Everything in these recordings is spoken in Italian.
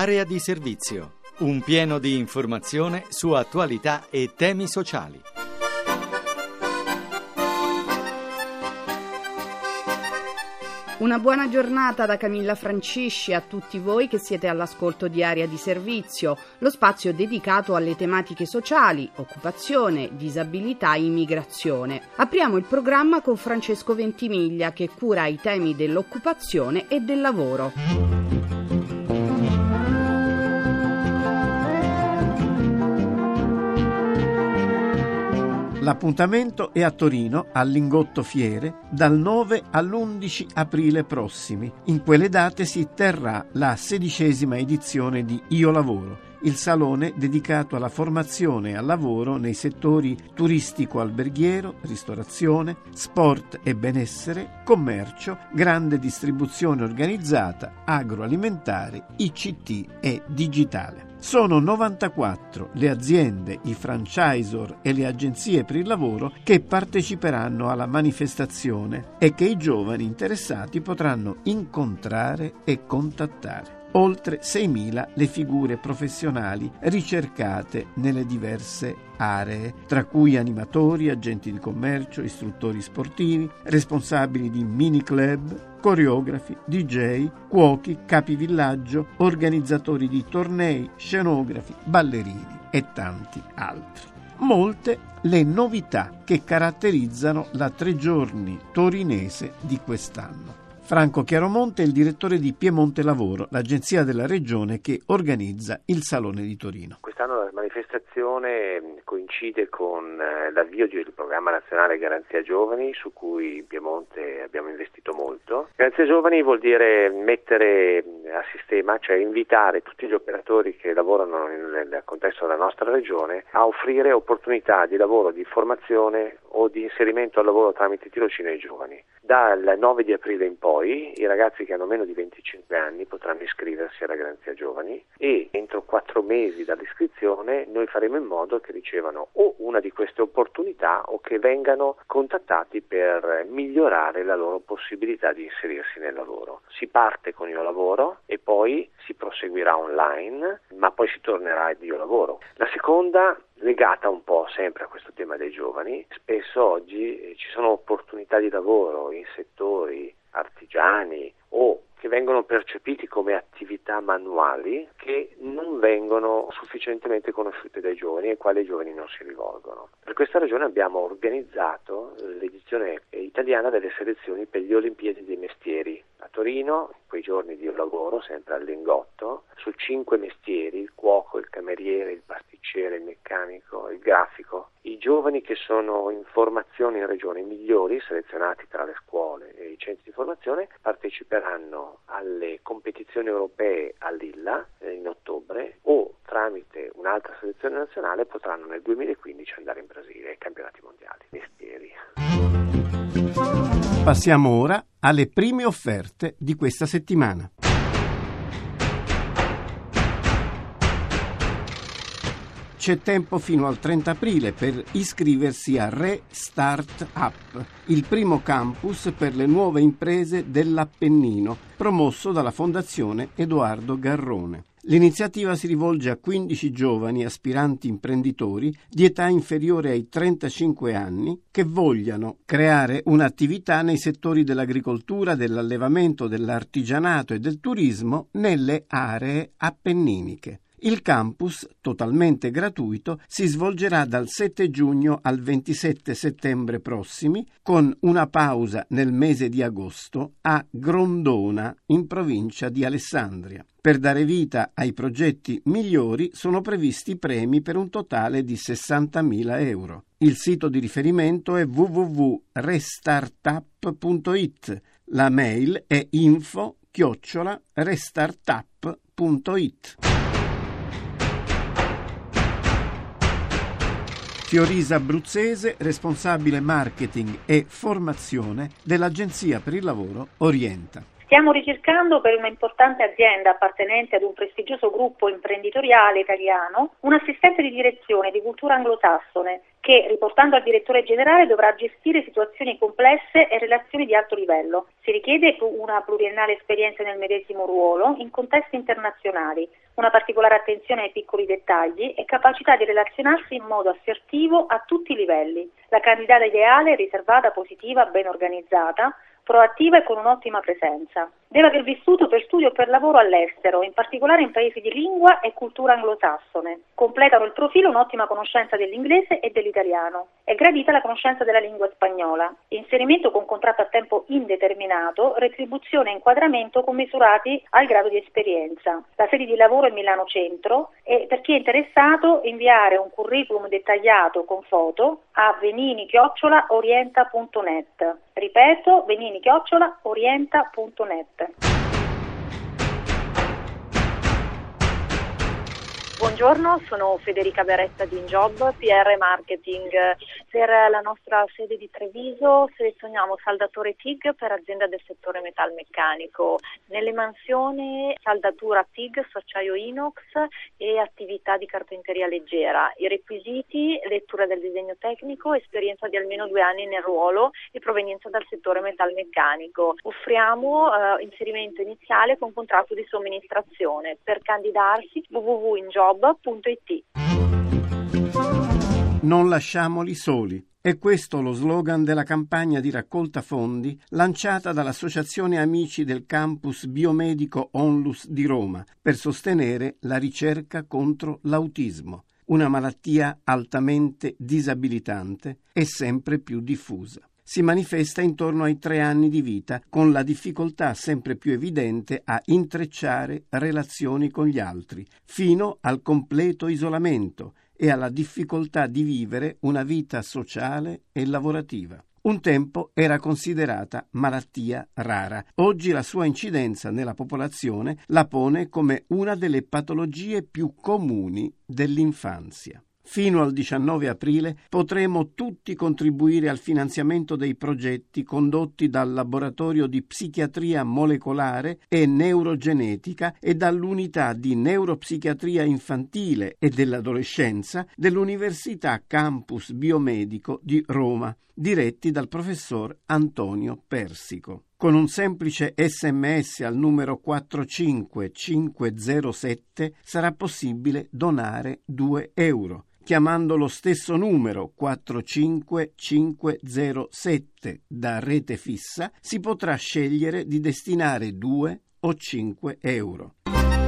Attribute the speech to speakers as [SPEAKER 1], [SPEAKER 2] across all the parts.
[SPEAKER 1] Area di servizio, un pieno di informazione su attualità e temi sociali.
[SPEAKER 2] Una buona giornata da Camilla Francisci a tutti voi che siete all'ascolto di Area di Servizio, lo spazio dedicato alle tematiche sociali, occupazione, disabilità e immigrazione. Apriamo il programma con Francesco Ventimiglia che cura i temi dell'occupazione e del lavoro.
[SPEAKER 3] L'appuntamento è a Torino, al Lingotto Fiere, dal 9 all'11 aprile prossimi. In quelle date si terrà la 16ª edizione di Io Lavoro, il salone dedicato alla formazione e al lavoro nei settori turistico-alberghiero, ristorazione, sport e benessere, commercio, grande distribuzione organizzata, agroalimentare, ICT e digitale. Sono 94 le aziende, i franchisor e le agenzie per il lavoro che parteciperanno alla manifestazione e che i giovani interessati potranno incontrare e contattare. Oltre 6.000 le figure professionali ricercate nelle diverse aree, tra cui animatori, agenti di commercio, istruttori sportivi, responsabili di mini club, coreografi, DJ, cuochi, capi villaggio, organizzatori di tornei, scenografi, ballerini e tanti altri. Molte le novità che caratterizzano la 3 giorni torinese di quest'anno. Franco Chiaromonte è il direttore di Piemonte Lavoro, l'agenzia della regione che organizza il Salone di Torino.
[SPEAKER 4] Quest'anno la manifestazione coincide con l'avvio del programma nazionale Garanzia Giovani, su cui in Piemonte abbiamo investito molto. Garanzia Giovani vuol dire mettere a sistema, cioè invitare tutti gli operatori che lavorano nel contesto della nostra regione a offrire opportunità di lavoro, di formazione o di inserimento al lavoro tramite tirocinio ai giovani. Dal 9 di aprile in poi i ragazzi che hanno meno di 25 anni potranno iscriversi alla Garanzia Giovani e entro 4 mesi dall'iscrizione noi faremo in modo che ricevano o una di queste opportunità o che vengano contattati per migliorare la loro possibilità di inserirsi nel lavoro. Si parte con Io Lavoro e poi si proseguirà online, ma poi si tornerà ad Io Lavoro. La seconda, legata un po' sempre a questo tema dei giovani, spesso oggi ci sono opportunità di lavoro in settori artigiani o che vengono percepiti come attività manuali che non vengono sufficientemente conosciute dai giovani e ai quali i giovani non si rivolgono. Per questa ragione abbiamo organizzato l'edizione italiana delle selezioni per le Olimpiadi dei mestieri a Torino, in quei giorni di Io Lavoro, sempre al Lingotto, su 5 mestieri: il cuoco, il cameriere, il pasticcere, il meccanico, il grafico. I giovani che sono in formazione in regione, i migliori, selezionati tra le scuole e i centri di formazione, parteciperanno alle competizioni europee a Lilla in ottobre o tramite un'altra selezione nazionale potranno nel 2015 andare in Brasile ai campionati mondiali. Mestieri.
[SPEAKER 3] Passiamo ora alle prime offerte di questa settimana. C'è tempo fino al 30 aprile per iscriversi a Restart Up, il primo campus per le nuove imprese dell'Appennino, promosso dalla Fondazione Edoardo Garrone. L'iniziativa si rivolge a 15 giovani aspiranti imprenditori di età inferiore ai 35 anni che vogliano creare un'attività nei settori dell'agricoltura, dell'allevamento, dell'artigianato e del turismo nelle aree appenniniche. Il campus, totalmente gratuito, si svolgerà dal 7 giugno al 27 settembre prossimi, con una pausa nel mese di agosto a Grondona, in provincia di Alessandria. Per dare vita ai progetti migliori sono previsti premi per un totale di 60.000 euro. Il sito di riferimento è www.restartup.it. La mail è info@restartup.it. Fiorisa Abruzzese, responsabile marketing e formazione dell'Agenzia per il Lavoro Orienta.
[SPEAKER 5] Stiamo ricercando per una importante azienda appartenente ad un prestigioso gruppo imprenditoriale italiano un assistente di direzione di cultura anglosassone che, riportando al direttore generale, dovrà gestire situazioni complesse e relazioni di alto livello. Si richiede una pluriennale esperienza nel medesimo ruolo in contesti internazionali, una particolare attenzione ai piccoli dettagli e capacità di relazionarsi in modo assertivo a tutti i livelli. La candidata ideale è riservata, positiva, ben organizzata, proattiva e con un'ottima presenza. Deve aver vissuto per studio o per lavoro all'estero, in particolare in paesi di lingua e cultura anglosassone. Completano il profilo un'ottima conoscenza dell'inglese e dell'italiano. È gradita la conoscenza della lingua spagnola. Inserimento con contratto a tempo indeterminato, retribuzione e inquadramento commisurati al grado di esperienza. La sede di lavoro è Milano Centro e per chi è interessato inviare un curriculum dettagliato con foto a venini@orienta.net. Ripeto, venini@orienta.net.
[SPEAKER 6] Buongiorno, sono Federica Beretta di InJob, PR Marketing. Per la nostra sede di Treviso selezioniamo saldatore TIG per azienda del settore metalmeccanico. Nelle mansioni saldatura TIG su acciaio inox e attività di carpenteria leggera. I requisiti: lettura del disegno tecnico, esperienza di almeno 2 anni nel ruolo e provenienza dal settore metalmeccanico. Offriamo inserimento iniziale con contratto di somministrazione. Per candidarsi www.injob.it.
[SPEAKER 3] Non lasciamoli soli. È questo lo slogan della campagna di raccolta fondi lanciata dall'Associazione Amici del Campus Biomedico Onlus di Roma per sostenere la ricerca contro l'autismo, una malattia altamente disabilitante e sempre più diffusa. Si manifesta intorno ai 3 anni di vita, con la difficoltà sempre più evidente a intrecciare relazioni con gli altri, fino al completo isolamento e alla difficoltà di vivere una vita sociale e lavorativa. Un tempo era considerata malattia rara. Oggi la sua incidenza nella popolazione la pone come una delle patologie più comuni dell'infanzia. Fino al 19 aprile potremo tutti contribuire al finanziamento dei progetti condotti dal Laboratorio di Psichiatria Molecolare e Neurogenetica e dall'Unità di Neuropsichiatria Infantile e dell'Adolescenza dell'Università Campus Biomedico di Roma, diretti dal professor Antonio Persico. Con un semplice SMS al numero 45507 sarà possibile donare €2. Chiamando lo stesso numero 45507 da rete fissa si potrà scegliere di destinare 2 o 5 euro.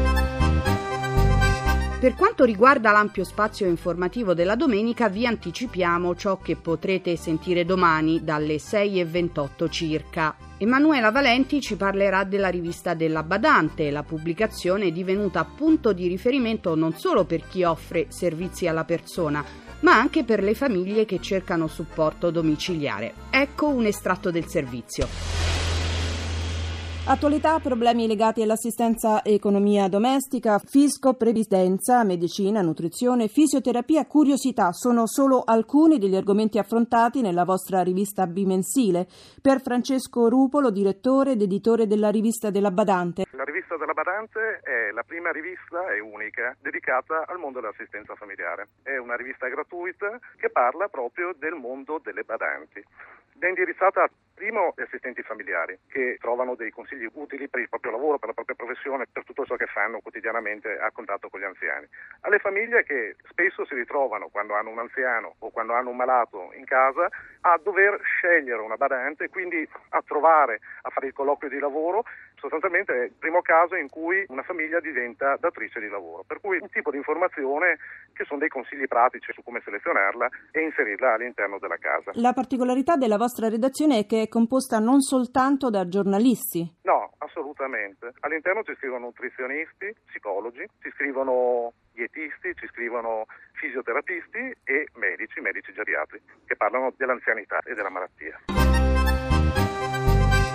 [SPEAKER 2] Per quanto riguarda l'ampio spazio informativo della domenica, vi anticipiamo ciò che potrete sentire domani dalle 6:28 circa. Emanuela Valenti ci parlerà della rivista della Badante. La pubblicazione è divenuta punto di riferimento non solo per chi offre servizi alla persona, ma anche per le famiglie che cercano supporto domiciliare. Ecco un estratto del servizio.
[SPEAKER 7] Attualità, problemi legati all'assistenza e economia domestica, fisco, previdenza, medicina, nutrizione, fisioterapia, curiosità sono solo alcuni degli argomenti affrontati nella vostra rivista bimensile. Per Francesco Rupolo, direttore ed editore della rivista della Badante.
[SPEAKER 8] La rivista della Badante è la prima rivista e unica dedicata al mondo dell'assistenza familiare. È una rivista gratuita che parla proprio del mondo delle badanti. È indirizzata primo agli assistenti familiari che trovano dei consigli utili per il proprio lavoro, per la propria professione, per tutto ciò che fanno quotidianamente a contatto con gli anziani. Alle famiglie che spesso si ritrovano, quando hanno un anziano o quando hanno un malato in casa, a dover scegliere una badante, quindi a trovare, a fare il colloquio di lavoro. Sostanzialmente è il primo caso in cui una famiglia diventa datrice di lavoro, per cui un tipo di informazione che sono dei consigli pratici su come selezionarla e inserirla all'interno della casa.
[SPEAKER 7] La particolarità della vostra redazione è che è composta non soltanto da giornalisti.
[SPEAKER 8] No, assolutamente. All'interno ci scrivono nutrizionisti, psicologi, ci scrivono dietisti, ci scrivono fisioterapisti e medici geriatri che parlano dell'anzianità e della malattia.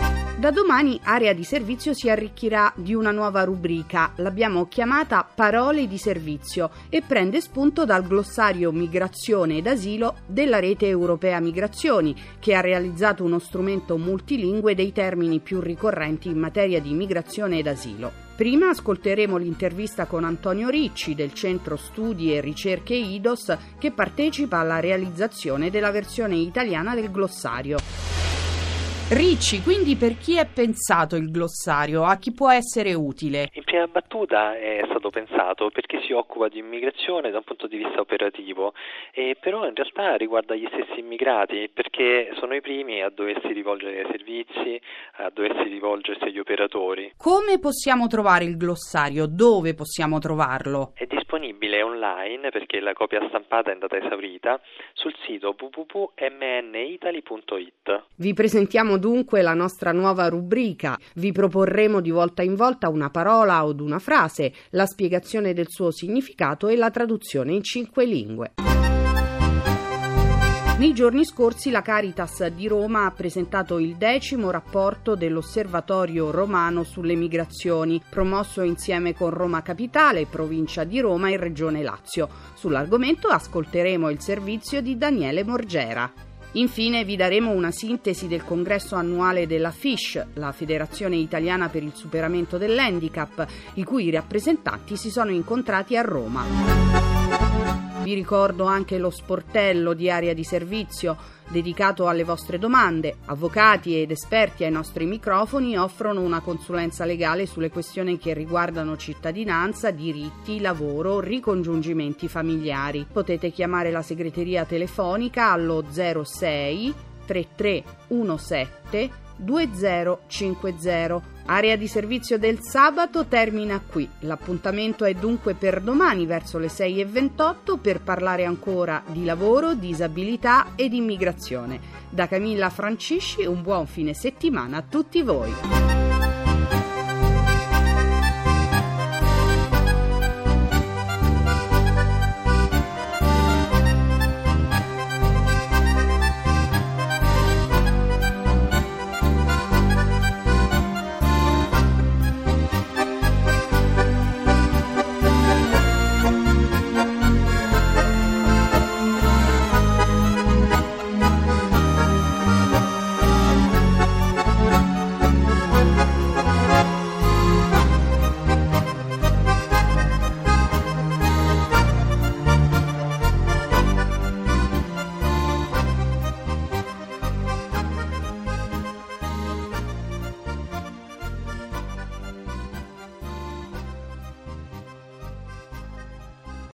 [SPEAKER 2] Da domani Area di Servizio si arricchirà di una nuova rubrica, l'abbiamo chiamata Parole di Servizio e prende spunto dal glossario Migrazione ed Asilo della Rete Europea Migrazioni, che ha realizzato uno strumento multilingue dei termini più ricorrenti in materia di migrazione ed asilo. Prima ascolteremo l'intervista con Antonio Ricci del Centro Studi e Ricerche IDOS, che partecipa alla realizzazione della versione italiana del glossario. Ricci, quindi per chi è pensato il glossario? A chi può essere utile?
[SPEAKER 9] In prima battuta è stato pensato per chi si occupa di immigrazione da un punto di vista operativo, però in realtà riguarda gli stessi immigrati, perché sono i primi a doversi rivolgere ai servizi, a doversi rivolgersi agli operatori.
[SPEAKER 2] Come possiamo trovare il glossario? Dove possiamo trovarlo?
[SPEAKER 9] È disponibile online, perché la copia stampata è andata esaurita, sul sito www.mnitaly.it.
[SPEAKER 2] Vi presentiamo dunque la nostra nuova rubrica. Vi proporremo di volta in volta una parola o una frase, la spiegazione del suo significato e la traduzione in 5 lingue. Nei giorni scorsi la Caritas di Roma ha presentato il 10° rapporto dell'Osservatorio Romano sulle migrazioni, promosso insieme con Roma Capitale, Provincia di Roma e Regione Lazio. Sull'argomento ascolteremo il servizio di Daniele Morgera. Infine vi daremo una sintesi del congresso annuale della FISH, la Federazione Italiana per il Superamento dell'Handicap, i cui rappresentanti si sono incontrati a Roma. Vi ricordo anche lo sportello di Area di Servizio, dedicato alle vostre domande. Avvocati ed esperti ai nostri microfoni offrono una consulenza legale sulle questioni che riguardano cittadinanza, diritti, lavoro, ricongiungimenti familiari. Potete chiamare la segreteria telefonica allo 06 3317 2050. Area di Servizio del sabato termina qui. L'appuntamento è dunque per domani verso le 6:28 per parlare ancora di lavoro, disabilità ed immigrazione. Da Camilla Francisci un buon fine settimana a tutti voi.